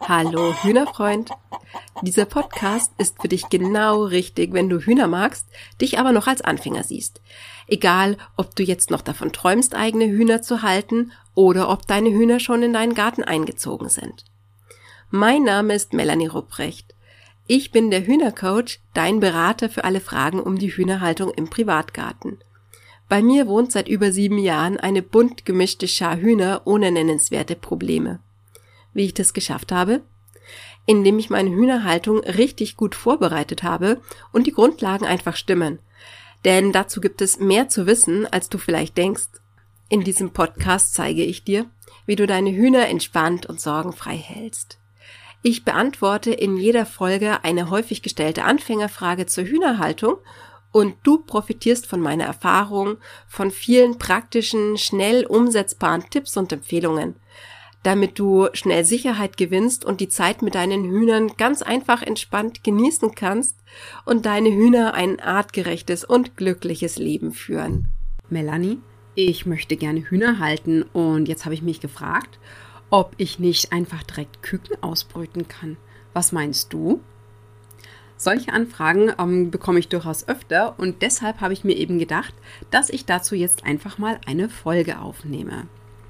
Hallo Hühnerfreund! Dieser Podcast ist für dich genau richtig, wenn du Hühner magst, dich aber noch als Anfänger siehst. Egal, ob du jetzt noch davon träumst, eigene Hühner zu halten oder ob deine Hühner schon in deinen Garten eingezogen sind. Mein Name ist Melanie Rupprecht. Ich bin der Hühnercoach, dein Berater für alle Fragen um die Hühnerhaltung im Privatgarten. Bei mir wohnt seit über 7 Jahren eine bunt gemischte Schar Hühner ohne nennenswerte Probleme. Wie ich das geschafft habe? Indem ich meine Hühnerhaltung richtig gut vorbereitet habe und die Grundlagen einfach stimmen. Denn dazu gibt es mehr zu wissen, als du vielleicht denkst. In diesem Podcast zeige ich dir, wie du deine Hühner entspannt und sorgenfrei hältst. Ich beantworte in jeder Folge eine häufig gestellte Anfängerfrage zur Hühnerhaltung und du profitierst von meiner Erfahrung, von vielen praktischen, schnell umsetzbaren Tipps und Empfehlungen, damit du schnell Sicherheit gewinnst und die Zeit mit deinen Hühnern ganz einfach entspannt genießen kannst und deine Hühner ein artgerechtes und glückliches Leben führen. Melanie, ich möchte gerne Hühner halten und jetzt habe ich mich gefragt, ob ich nicht einfach direkt Küken ausbrüten kann. Was meinst du? Solche Anfragen bekomme ich durchaus öfter und deshalb habe ich mir eben gedacht, dass ich dazu jetzt einfach mal eine Folge aufnehme.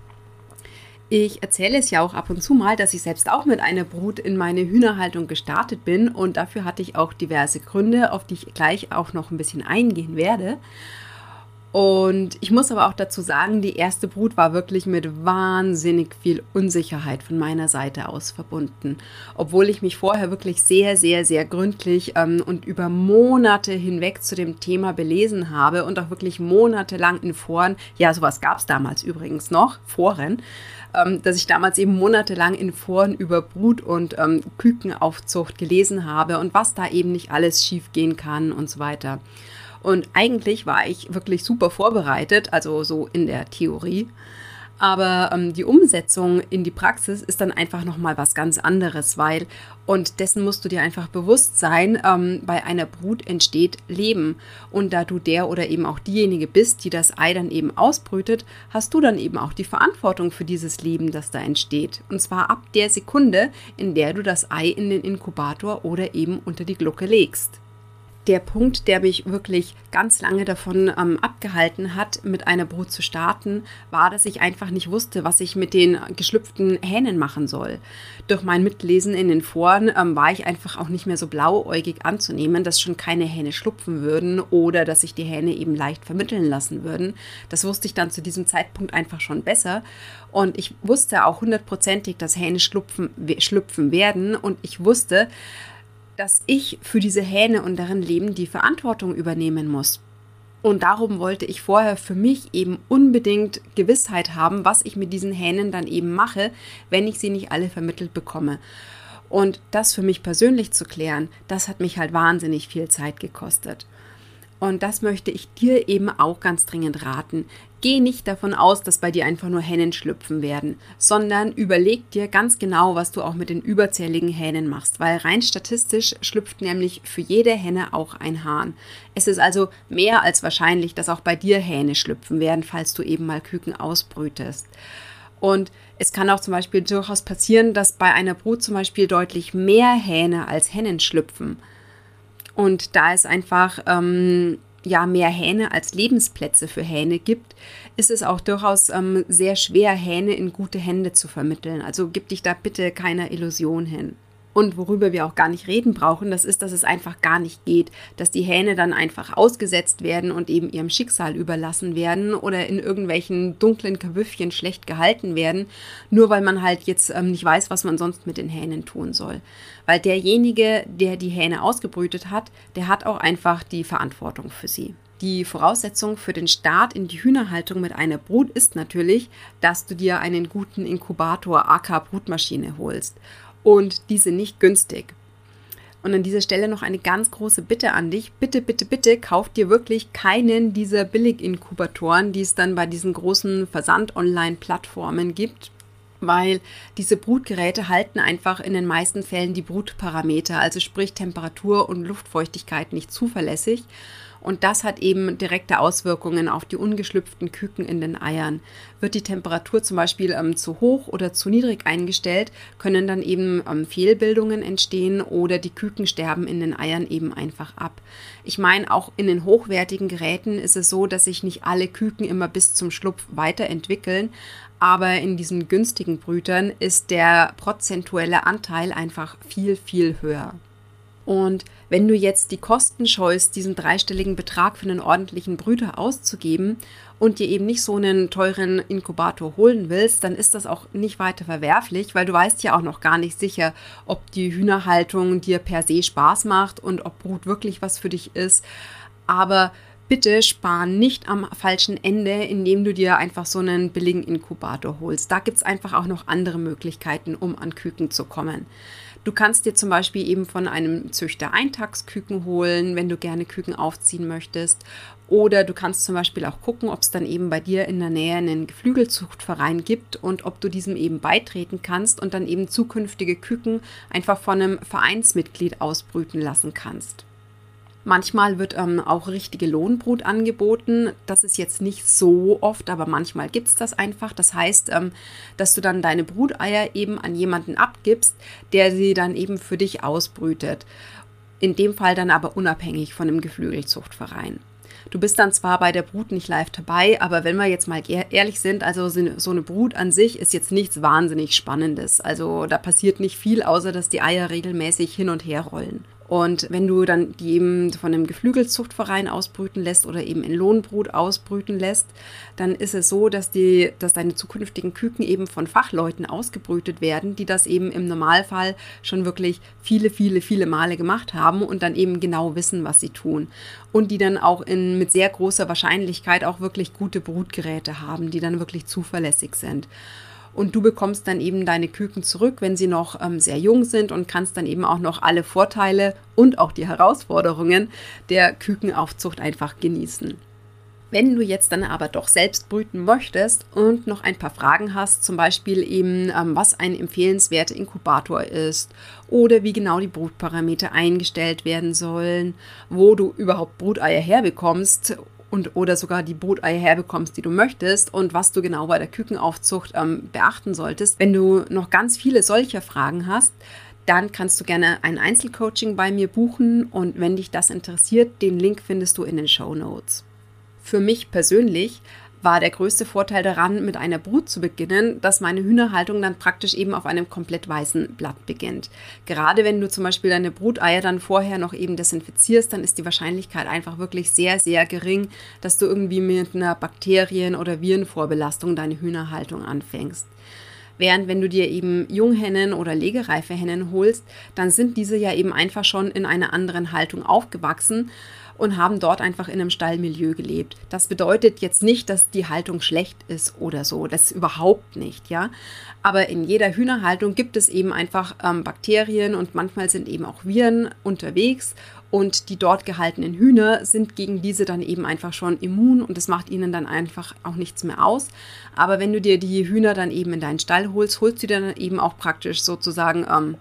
Ich erzähle es ja auch ab und zu mal, dass ich selbst auch mit einer Brut in meine Hühnerhaltung gestartet bin und dafür hatte ich auch diverse Gründe, auf die ich gleich auch noch ein bisschen eingehen werde. Und ich muss aber auch dazu sagen, die erste Brut war wirklich mit wahnsinnig viel Unsicherheit von meiner Seite aus verbunden. Obwohl ich mich vorher wirklich sehr, sehr, sehr gründlich und über Monate hinweg zu dem Thema belesen habe und auch wirklich monatelang in Foren, ja sowas gab es damals übrigens noch, Foren, dass ich damals eben monatelang in Foren über Brut- und Kükenaufzucht gelesen habe und was da eben nicht alles schief gehen kann und so weiter. Und eigentlich war ich wirklich super vorbereitet, also so in der Theorie. Aber die Umsetzung in die Praxis ist dann einfach nochmal was ganz anderes, weil, und dessen musst du dir einfach bewusst sein, bei einer Brut entsteht Leben. Und da du der oder eben auch diejenige bist, die das Ei dann eben ausbrütet, hast du dann eben auch die Verantwortung für dieses Leben, das da entsteht. Und zwar ab der Sekunde, in der du das Ei in den Inkubator oder eben unter die Glucke legst. Der Punkt, der mich wirklich ganz lange davon abgehalten hat, mit einer Brut zu starten, war, dass ich einfach nicht wusste, was ich mit den geschlüpften Hähnen machen soll. Durch mein Mitlesen in den Foren war ich einfach auch nicht mehr so blauäugig anzunehmen, dass schon keine Hähne schlupfen würden oder dass sich die Hähne eben leicht vermitteln lassen würden. Das wusste ich dann zu diesem Zeitpunkt einfach schon besser. Und ich wusste auch 100%ig, dass Hähne schlüpfen werden. Und ich wusste, dass ich für diese Hähne und deren Leben die Verantwortung übernehmen muss. Und darum wollte ich vorher für mich eben unbedingt Gewissheit haben, was ich mit diesen Hähnen dann eben mache, wenn ich sie nicht alle vermittelt bekomme. Und das für mich persönlich zu klären, das hat mich halt wahnsinnig viel Zeit gekostet. Und das möchte ich dir eben auch ganz dringend raten. Geh nicht davon aus, dass bei dir einfach nur Hennen schlüpfen werden, sondern überleg dir ganz genau, was du auch mit den überzähligen Hähnen machst, weil rein statistisch schlüpft nämlich für jede Henne auch ein Hahn. Es ist also mehr als wahrscheinlich, dass auch bei dir Hähne schlüpfen werden, falls du eben mal Küken ausbrütest. Und es kann auch zum Beispiel durchaus passieren, dass bei einer Brut zum Beispiel deutlich mehr Hähne als Hennen schlüpfen. Und da es einfach mehr Hähne als Lebensplätze für Hähne gibt, ist es auch durchaus sehr schwer, Hähne in gute Hände zu vermitteln. Also gib dich da bitte keiner Illusion hin. Und worüber wir auch gar nicht reden brauchen, das ist, dass es einfach gar nicht geht, dass die Hähne dann einfach ausgesetzt werden und eben ihrem Schicksal überlassen werden oder in irgendwelchen dunklen Kabüffchen schlecht gehalten werden, nur weil man halt jetzt nicht weiß, was man sonst mit den Hähnen tun soll. Weil derjenige, der die Hähne ausgebrütet hat, der hat auch einfach die Verantwortung für sie. Die Voraussetzung für den Start in die Hühnerhaltung mit einer Brut ist natürlich, dass du dir einen guten Inkubator aka Brutmaschine holst. Und diese nicht günstig. Und an dieser Stelle noch eine ganz große Bitte an dich. Bitte, bitte, bitte kauf dir wirklich keinen dieser Billig-Inkubatoren, die es dann bei diesen großen Versand-Online-Plattformen gibt, weil diese Brutgeräte halten einfach in den meisten Fällen die Brutparameter, also sprich Temperatur und Luftfeuchtigkeit nicht zuverlässig. Und das hat eben direkte Auswirkungen auf die ungeschlüpften Küken in den Eiern. Wird die Temperatur zum Beispiel zu hoch oder zu niedrig eingestellt, können dann eben Fehlbildungen entstehen oder die Küken sterben in den Eiern eben einfach ab. Ich meine, auch in den hochwertigen Geräten ist es so, dass sich nicht alle Küken immer bis zum Schlupf weiterentwickeln, aber in diesen günstigen Brütern ist der prozentuelle Anteil einfach viel, viel höher. Und wenn du jetzt die Kosten scheust, diesen dreistelligen Betrag für einen ordentlichen Brüter auszugeben und dir eben nicht so einen teuren Inkubator holen willst, dann ist das auch nicht weiter verwerflich, weil du weißt ja auch noch gar nicht sicher, ob die Hühnerhaltung dir per se Spaß macht und ob Brut wirklich was für dich ist. Aber bitte spar nicht am falschen Ende, indem du dir einfach so einen billigen Inkubator holst. Da gibt es einfach auch noch andere Möglichkeiten, um an Küken zu kommen. Du kannst dir zum Beispiel eben von einem Züchter Eintagsküken holen, wenn du gerne Küken aufziehen möchtest. Oder du kannst zum Beispiel auch gucken, ob es dann eben bei dir in der Nähe einen Geflügelzuchtverein gibt und ob du diesem eben beitreten kannst und dann eben zukünftige Küken einfach von einem Vereinsmitglied ausbrüten lassen kannst. Manchmal wird auch richtige Lohnbrut angeboten. Das ist jetzt nicht so oft, aber manchmal gibt es das einfach. Das heißt, dass du dann deine Bruteier eben an jemanden abgibst, der sie dann eben für dich ausbrütet. In dem Fall dann aber unabhängig von dem Geflügelzuchtverein. Du bist dann zwar bei der Brut nicht live dabei, aber wenn wir jetzt mal ehrlich sind, also so eine Brut an sich ist jetzt nichts wahnsinnig Spannendes. Also da passiert nicht viel, außer dass die Eier regelmäßig hin und her rollen. Und wenn du dann die eben von einem Geflügelzuchtverein ausbrüten lässt oder eben in Lohnbrut ausbrüten lässt, dann ist es so, dass deine zukünftigen Küken eben von Fachleuten ausgebrütet werden, die das eben im Normalfall schon wirklich viele, viele, viele Male gemacht haben und dann eben genau wissen, was sie tun. Und die dann auch mit sehr großer Wahrscheinlichkeit auch wirklich gute Brutgeräte haben, die dann wirklich zuverlässig sind. Und du bekommst dann eben deine Küken zurück, wenn sie noch sehr jung sind und kannst dann eben auch noch alle Vorteile und auch die Herausforderungen der Kükenaufzucht einfach genießen. Wenn du jetzt dann aber doch selbst brüten möchtest und noch ein paar Fragen hast, zum Beispiel eben, was ein empfehlenswerter Inkubator ist oder wie genau die Brutparameter eingestellt werden sollen, wo du überhaupt Bruteier herbekommst oder sogar die Bruteier herbekommst, die du möchtest und was du genau bei der Kükenaufzucht beachten solltest. Wenn du noch ganz viele solcher Fragen hast, dann kannst du gerne ein Einzelcoaching bei mir buchen und wenn dich das interessiert, den Link findest du in den Shownotes. Für mich persönlich war der größte Vorteil daran, mit einer Brut zu beginnen, dass meine Hühnerhaltung dann praktisch eben auf einem komplett weißen Blatt beginnt. Gerade wenn du zum Beispiel deine Bruteier dann vorher noch eben desinfizierst, dann ist die Wahrscheinlichkeit einfach wirklich sehr, sehr gering, dass du irgendwie mit einer Bakterien- oder Virenvorbelastung deine Hühnerhaltung anfängst. Während wenn du dir eben Junghennen oder legereife Hennen holst, dann sind diese ja eben einfach schon in einer anderen Haltung aufgewachsen und haben dort einfach in einem Stallmilieu gelebt. Das bedeutet jetzt nicht, dass die Haltung schlecht ist oder so, das überhaupt nicht, ja. Aber in jeder Hühnerhaltung gibt es eben einfach Bakterien und manchmal sind eben auch Viren unterwegs und die dort gehaltenen Hühner sind gegen diese dann eben einfach schon immun und das macht ihnen dann einfach auch nichts mehr aus. Aber wenn du dir die Hühner dann eben in deinen Stall holst, holst du dir dann eben auch praktisch sozusagen,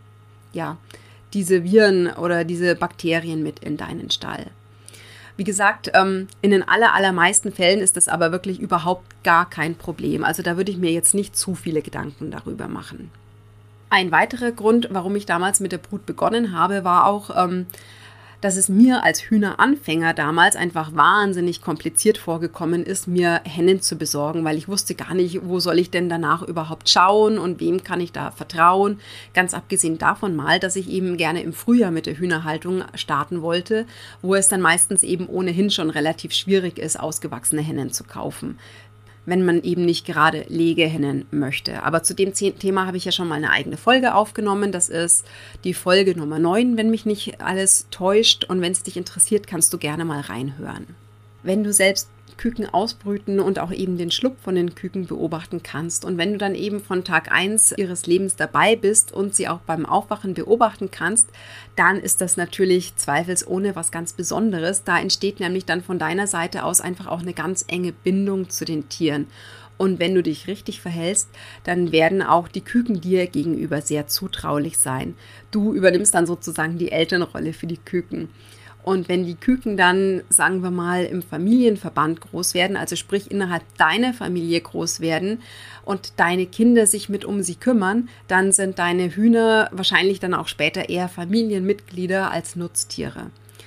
diese Viren oder diese Bakterien mit in deinen Stall. Wie gesagt, in den allermeisten Fällen ist das aber wirklich überhaupt gar kein Problem. Also da würde ich mir jetzt nicht zu viele Gedanken darüber machen. Ein weiterer Grund, warum ich damals mit der Brut begonnen habe, war auch, dass es mir als Hühneranfänger damals einfach wahnsinnig kompliziert vorgekommen ist, mir Hennen zu besorgen, weil ich wusste gar nicht, wo soll ich denn danach überhaupt schauen und wem kann ich da vertrauen. Ganz abgesehen davon mal, dass ich eben gerne im Frühjahr mit der Hühnerhaltung starten wollte, wo es dann meistens eben ohnehin schon relativ schwierig ist, ausgewachsene Hennen zu kaufen, wenn man eben nicht gerade Legehennen möchte. Aber zu dem Thema habe ich ja schon mal eine eigene Folge aufgenommen. Das ist die Folge Nummer 9, wenn mich nicht alles täuscht. Und wenn es dich interessiert, kannst du gerne mal reinhören. Wenn du selbst Küken ausbrüten und auch eben den Schlupf von den Küken beobachten kannst und wenn du dann eben von Tag 1 ihres Lebens dabei bist und sie auch beim Aufwachen beobachten kannst, dann ist das natürlich zweifelsohne was ganz Besonderes. Da entsteht nämlich dann von deiner Seite aus einfach auch eine ganz enge Bindung zu den Tieren. Und wenn du dich richtig verhältst, dann werden auch die Küken dir gegenüber sehr zutraulich sein. Du übernimmst dann sozusagen die Elternrolle für die Küken. Und wenn die Küken dann, sagen wir mal, im Familienverband groß werden, also sprich innerhalb deiner Familie groß werden und deine Kinder sich mit um sie kümmern, dann sind deine Hühner wahrscheinlich dann auch später eher Familienmitglieder als Nutztiere.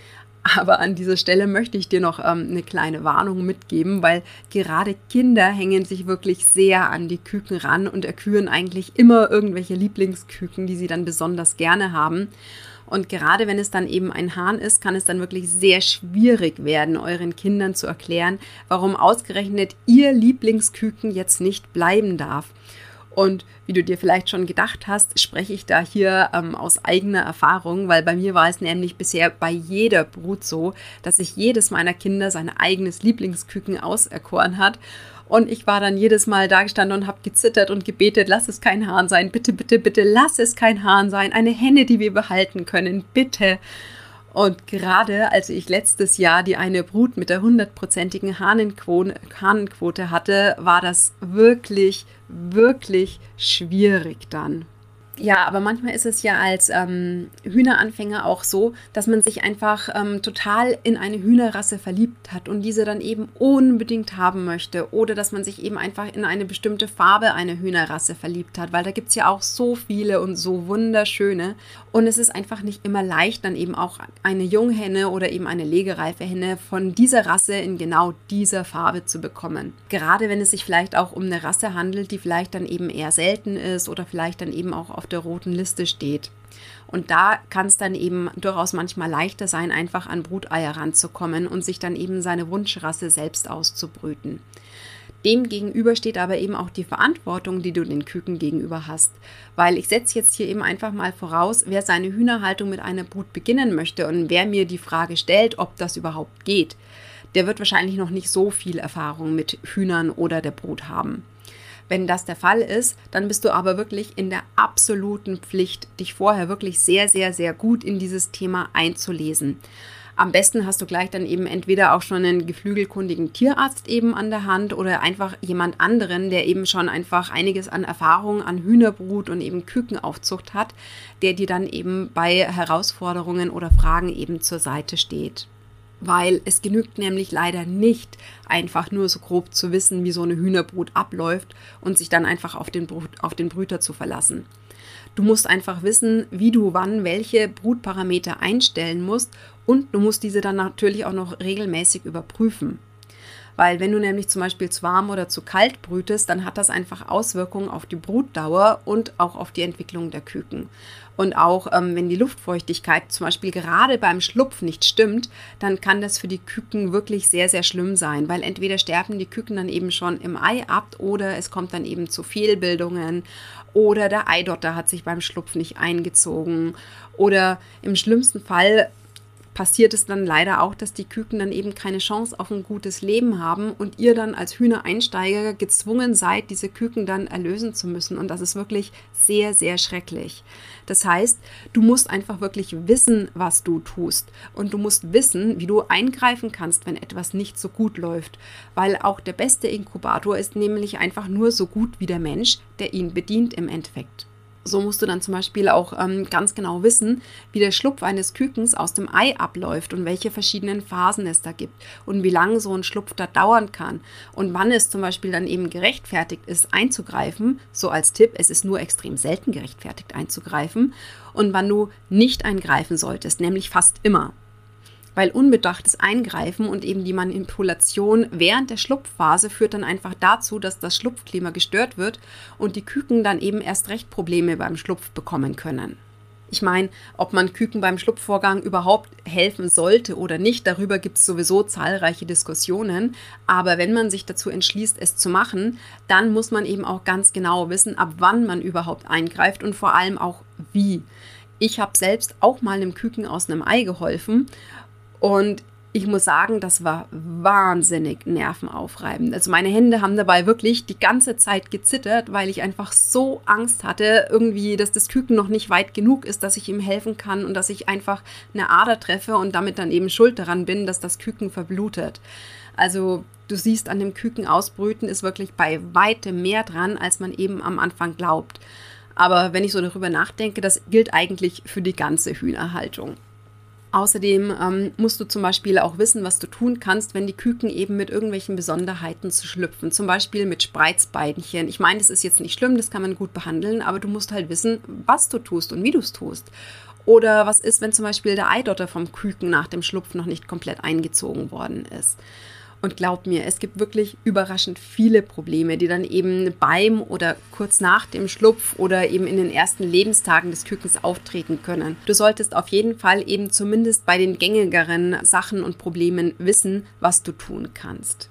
Aber an dieser Stelle möchte ich dir noch eine kleine Warnung mitgeben, weil gerade Kinder hängen sich wirklich sehr an die Küken ran und erküren eigentlich immer irgendwelche Lieblingsküken, die sie dann besonders gerne haben. Und gerade wenn es dann eben ein Hahn ist, kann es dann wirklich sehr schwierig werden, euren Kindern zu erklären, warum ausgerechnet ihr Lieblingsküken jetzt nicht bleiben darf. Und wie du dir vielleicht schon gedacht hast, spreche ich da hier aus eigener Erfahrung, weil bei mir war es nämlich bisher bei jeder Brut so, dass sich jedes meiner Kinder sein eigenes Lieblingsküken auserkoren hat. Und ich war dann jedes Mal da gestanden und habe gezittert und gebetet, lass es kein Hahn sein, bitte, bitte, bitte, lass es kein Hahn sein, eine Henne, die wir behalten können, bitte. Und gerade als ich letztes Jahr die eine Brut mit der 100%igen Hahnenquote hatte, war das wirklich, wirklich schwierig dann. Ja, aber manchmal ist es ja als Hühneranfänger auch so, dass man sich einfach total in eine Hühnerrasse verliebt hat und diese dann eben unbedingt haben möchte. Oder dass man sich eben einfach in eine bestimmte Farbe einer Hühnerrasse verliebt hat, weil da gibt es ja auch so viele und so wunderschöne. Und es ist einfach nicht immer leicht, dann eben auch eine Junghenne oder eben eine legereife Henne von dieser Rasse in genau dieser Farbe zu bekommen. Gerade wenn es sich vielleicht auch um eine Rasse handelt, die vielleicht dann eben eher selten ist oder vielleicht dann eben auch auf der roten Liste steht. Und da kann es dann eben durchaus manchmal leichter sein, einfach an Bruteier ranzukommen und sich dann eben seine Wunschrasse selbst auszubrüten. Dem gegenüber steht aber eben auch die Verantwortung, die du den Küken gegenüber hast. Weil ich setze jetzt hier eben einfach mal voraus, wer seine Hühnerhaltung mit einer Brut beginnen möchte und wer mir die Frage stellt, ob das überhaupt geht, der wird wahrscheinlich noch nicht so viel Erfahrung mit Hühnern oder der Brut haben. Wenn das der Fall ist, dann bist du aber wirklich in der absoluten Pflicht, dich vorher wirklich sehr, sehr, sehr gut in dieses Thema einzulesen. Am besten hast du gleich dann eben entweder auch schon einen geflügelkundigen Tierarzt eben an der Hand oder einfach jemand anderen, der eben schon einfach einiges an Erfahrung an Hühnerbrut und eben Kükenaufzucht hat, der dir dann eben bei Herausforderungen oder Fragen eben zur Seite steht. Weil es genügt nämlich leider nicht, einfach nur so grob zu wissen, wie so eine Hühnerbrut abläuft und sich dann einfach auf den Brüter zu verlassen. Du musst einfach wissen, wie du wann welche Brutparameter einstellen musst und du musst diese dann natürlich auch noch regelmäßig überprüfen. Weil wenn du nämlich zum Beispiel zu warm oder zu kalt brütest, dann hat das einfach Auswirkungen auf die Brutdauer und auch auf die Entwicklung der Küken. Und auch wenn die Luftfeuchtigkeit zum Beispiel gerade beim Schlupf nicht stimmt, dann kann das für die Küken wirklich sehr, sehr schlimm sein, weil entweder sterben die Küken dann eben schon im Ei ab oder es kommt dann eben zu Fehlbildungen oder der Eidotter hat sich beim Schlupf nicht eingezogen oder im schlimmsten Fall passiert es dann leider auch, dass die Küken dann eben keine Chance auf ein gutes Leben haben und ihr dann als Hühnereinsteiger gezwungen seid, diese Küken dann erlösen zu müssen. Und das ist wirklich sehr, sehr schrecklich. Das heißt, du musst einfach wirklich wissen, was du tust. Und du musst wissen, wie du eingreifen kannst, wenn etwas nicht so gut läuft. Weil auch der beste Inkubator ist nämlich einfach nur so gut wie der Mensch, der ihn bedient im Endeffekt. So musst du dann zum Beispiel auch ganz genau wissen, wie der Schlupf eines Kükens aus dem Ei abläuft und welche verschiedenen Phasen es da gibt und wie lange so ein Schlupf da dauern kann und wann es zum Beispiel dann eben gerechtfertigt ist, einzugreifen. So als Tipp, es ist nur extrem selten gerechtfertigt einzugreifen und wann du nicht eingreifen solltest, nämlich fast immer. Weil unbedachtes Eingreifen und eben die Manipulation während der Schlupfphase führt dann einfach dazu, dass das Schlupfklima gestört wird und die Küken dann eben erst recht Probleme beim Schlupf bekommen können. Ich meine, ob man Küken beim Schlupfvorgang überhaupt helfen sollte oder nicht, darüber gibt es sowieso zahlreiche Diskussionen. Aber wenn man sich dazu entschließt, es zu machen, dann muss man eben auch ganz genau wissen, ab wann man überhaupt eingreift und vor allem auch wie. Ich habe selbst auch mal einem Küken aus einem Ei geholfen. Und ich muss sagen, das war wahnsinnig nervenaufreibend. Also meine Hände haben dabei wirklich die ganze Zeit gezittert, weil ich einfach so Angst hatte, irgendwie, dass das Küken noch nicht weit genug ist, dass ich ihm helfen kann und dass ich einfach eine Ader treffe und damit dann eben schuld daran bin, dass das Küken verblutet. Also du siehst, an dem Küken ausbrüten ist wirklich bei weitem mehr dran, als man eben am Anfang glaubt. Aber wenn ich so darüber nachdenke, das gilt eigentlich für die ganze Hühnerhaltung. Außerdem musst du zum Beispiel auch wissen, was du tun kannst, wenn die Küken eben mit irgendwelchen Besonderheiten zu schlüpfen. Zum Beispiel mit Spreizbeinchen. Ich meine, das ist jetzt nicht schlimm, das kann man gut behandeln, aber du musst halt wissen, was du tust und wie du es tust. Oder was ist, wenn zum Beispiel der Eidotter vom Küken nach dem Schlupf noch nicht komplett eingezogen worden ist. Und glaub mir, es gibt wirklich überraschend viele Probleme, die dann eben beim oder kurz nach dem Schlupf oder eben in den ersten Lebenstagen des Kükens auftreten können. Du solltest auf jeden Fall eben zumindest bei den gängigeren Sachen und Problemen wissen, was du tun kannst.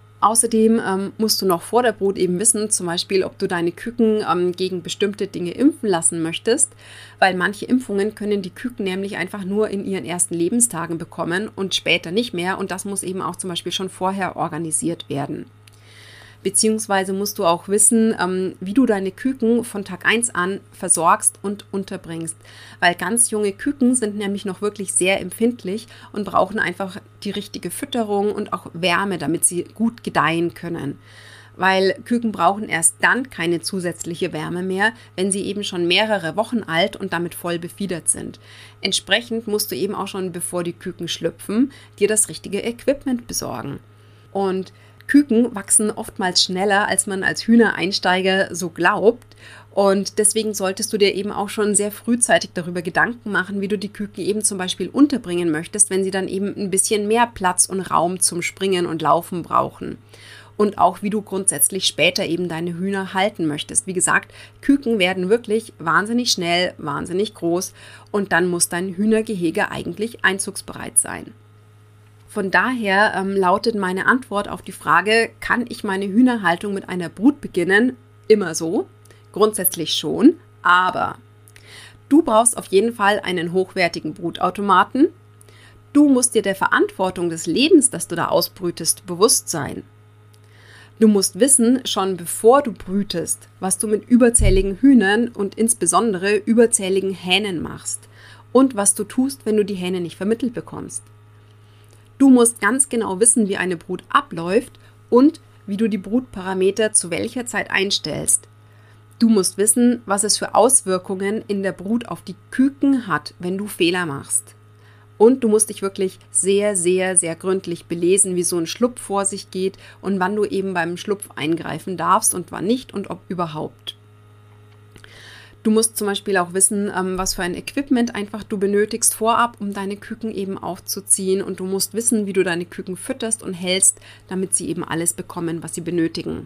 Außerdem musst du noch vor der Brut eben wissen, zum Beispiel, ob du deine Küken gegen bestimmte Dinge impfen lassen möchtest, weil manche Impfungen können die Küken nämlich einfach nur in ihren ersten Lebenstagen bekommen und später nicht mehr, und das muss eben auch zum Beispiel schon vorher organisiert werden. Beziehungsweise musst du auch wissen, wie du deine Küken von Tag 1 an versorgst und unterbringst. Weil ganz junge Küken sind nämlich noch wirklich sehr empfindlich und brauchen einfach die richtige Fütterung und auch Wärme, damit sie gut gedeihen können. Weil Küken brauchen erst dann keine zusätzliche Wärme mehr, wenn sie eben schon mehrere Wochen alt und damit voll befiedert sind. Entsprechend musst du eben auch schon, bevor die Küken schlüpfen, dir das richtige Equipment besorgen. Und Küken wachsen oftmals schneller, als man als Hühnereinsteiger so glaubt. Und deswegen solltest du dir eben auch schon sehr frühzeitig darüber Gedanken machen, wie du die Küken eben zum Beispiel unterbringen möchtest, wenn sie dann eben ein bisschen mehr Platz und Raum zum Springen und Laufen brauchen. Und auch, wie du grundsätzlich später eben deine Hühner halten möchtest. Wie gesagt, Küken werden wirklich wahnsinnig schnell, wahnsinnig groß, und dann muss dein Hühnergehege eigentlich einzugsbereit sein. Von daher lautet meine Antwort auf die Frage, kann ich meine Hühnerhaltung mit einer Brut beginnen? Immer so, grundsätzlich schon, aber du brauchst auf jeden Fall einen hochwertigen Brutautomaten. Du musst dir der Verantwortung des Lebens, das du da ausbrütest, bewusst sein. Du musst wissen, schon bevor du brütest, was du mit überzähligen Hühnern und insbesondere überzähligen Hähnen machst und was du tust, wenn du die Hähne nicht vermittelt bekommst. Du musst ganz genau wissen, wie eine Brut abläuft und wie du die Brutparameter zu welcher Zeit einstellst. Du musst wissen, was es für Auswirkungen in der Brut auf die Küken hat, wenn du Fehler machst. Und du musst dich wirklich sehr, sehr, sehr gründlich belesen, wie so ein Schlupf vor sich geht und wann du eben beim Schlupf eingreifen darfst und wann nicht und ob überhaupt. Du musst zum Beispiel auch wissen, was für ein Equipment einfach du benötigst vorab, um deine Küken eben aufzuziehen. Und du musst wissen, wie du deine Küken fütterst und hältst, damit sie eben alles bekommen, was sie benötigen.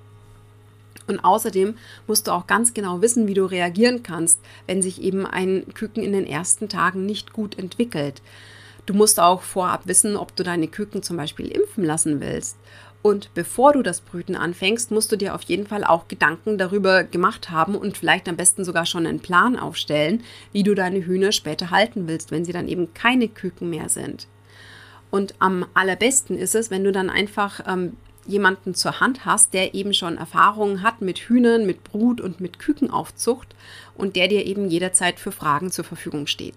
Und außerdem musst du auch ganz genau wissen, wie du reagieren kannst, wenn sich eben ein Küken in den ersten Tagen nicht gut entwickelt. Du musst auch vorab wissen, ob du deine Küken zum Beispiel impfen lassen willst. Und bevor du das Brüten anfängst, musst du dir auf jeden Fall auch Gedanken darüber gemacht haben und vielleicht am besten sogar schon einen Plan aufstellen, wie du deine Hühner später halten willst, wenn sie dann eben keine Küken mehr sind. Und am allerbesten ist es, wenn du dann einfach jemanden zur Hand hast, der eben schon Erfahrungen hat mit Hühnern, mit Brut und mit Kükenaufzucht und der dir eben jederzeit für Fragen zur Verfügung steht.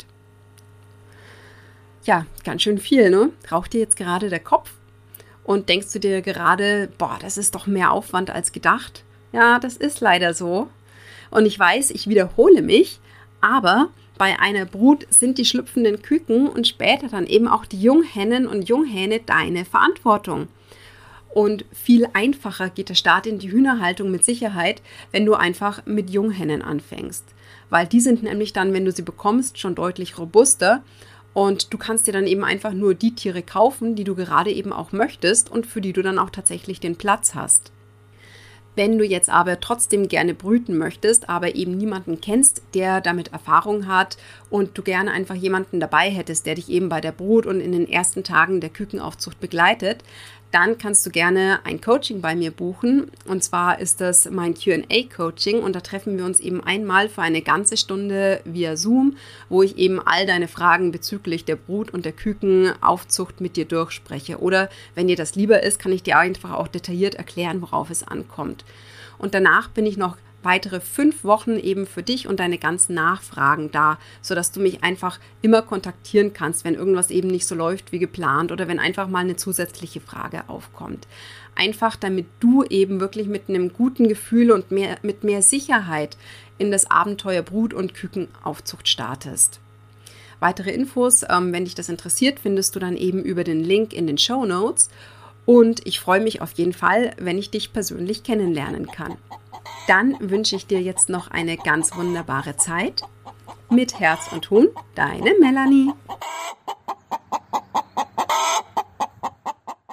Ja, ganz schön viel, ne? Raucht dir jetzt gerade der Kopf? Und denkst du dir gerade, boah, das ist doch mehr Aufwand als gedacht? Ja, das ist leider so. Und ich weiß, ich wiederhole mich, aber bei einer Brut sind die schlüpfenden Küken und später dann eben auch die Junghennen und Junghähne deine Verantwortung. Und viel einfacher geht der Start in die Hühnerhaltung mit Sicherheit, wenn du einfach mit Junghennen anfängst. Weil die sind nämlich dann, wenn du sie bekommst, schon deutlich robuster. Und du kannst dir dann eben einfach nur die Tiere kaufen, die du gerade eben auch möchtest und für die du dann auch tatsächlich den Platz hast. Wenn du jetzt aber trotzdem gerne brüten möchtest, aber eben niemanden kennst, der damit Erfahrung hat und du gerne einfach jemanden dabei hättest, der dich eben bei der Brut und in den ersten Tagen der Kükenaufzucht begleitet, dann kannst du gerne ein Coaching bei mir buchen. Und zwar ist das mein Q&A-Coaching und da treffen wir uns eben einmal für eine ganze Stunde via Zoom, wo ich eben all deine Fragen bezüglich der Brut- und der Kükenaufzucht mit dir durchspreche. Oder wenn dir das lieber ist, kann ich dir einfach auch detailliert erklären, worauf es ankommt. Und danach bin ich noch weitere 5 Wochen eben für dich und deine ganzen Nachfragen da, sodass du mich einfach immer kontaktieren kannst, wenn irgendwas eben nicht so läuft wie geplant oder wenn einfach mal eine zusätzliche Frage aufkommt. Einfach damit du eben wirklich mit einem guten Gefühl und mit mehr Sicherheit in das Abenteuer Brut- und Kükenaufzucht startest. Weitere Infos, wenn dich das interessiert, findest du dann eben über den Link in den Shownotes. Und ich freue mich auf jeden Fall, wenn ich dich persönlich kennenlernen kann. Dann wünsche ich dir jetzt noch eine ganz wunderbare Zeit. Mit Herz und Hund, deine Melanie.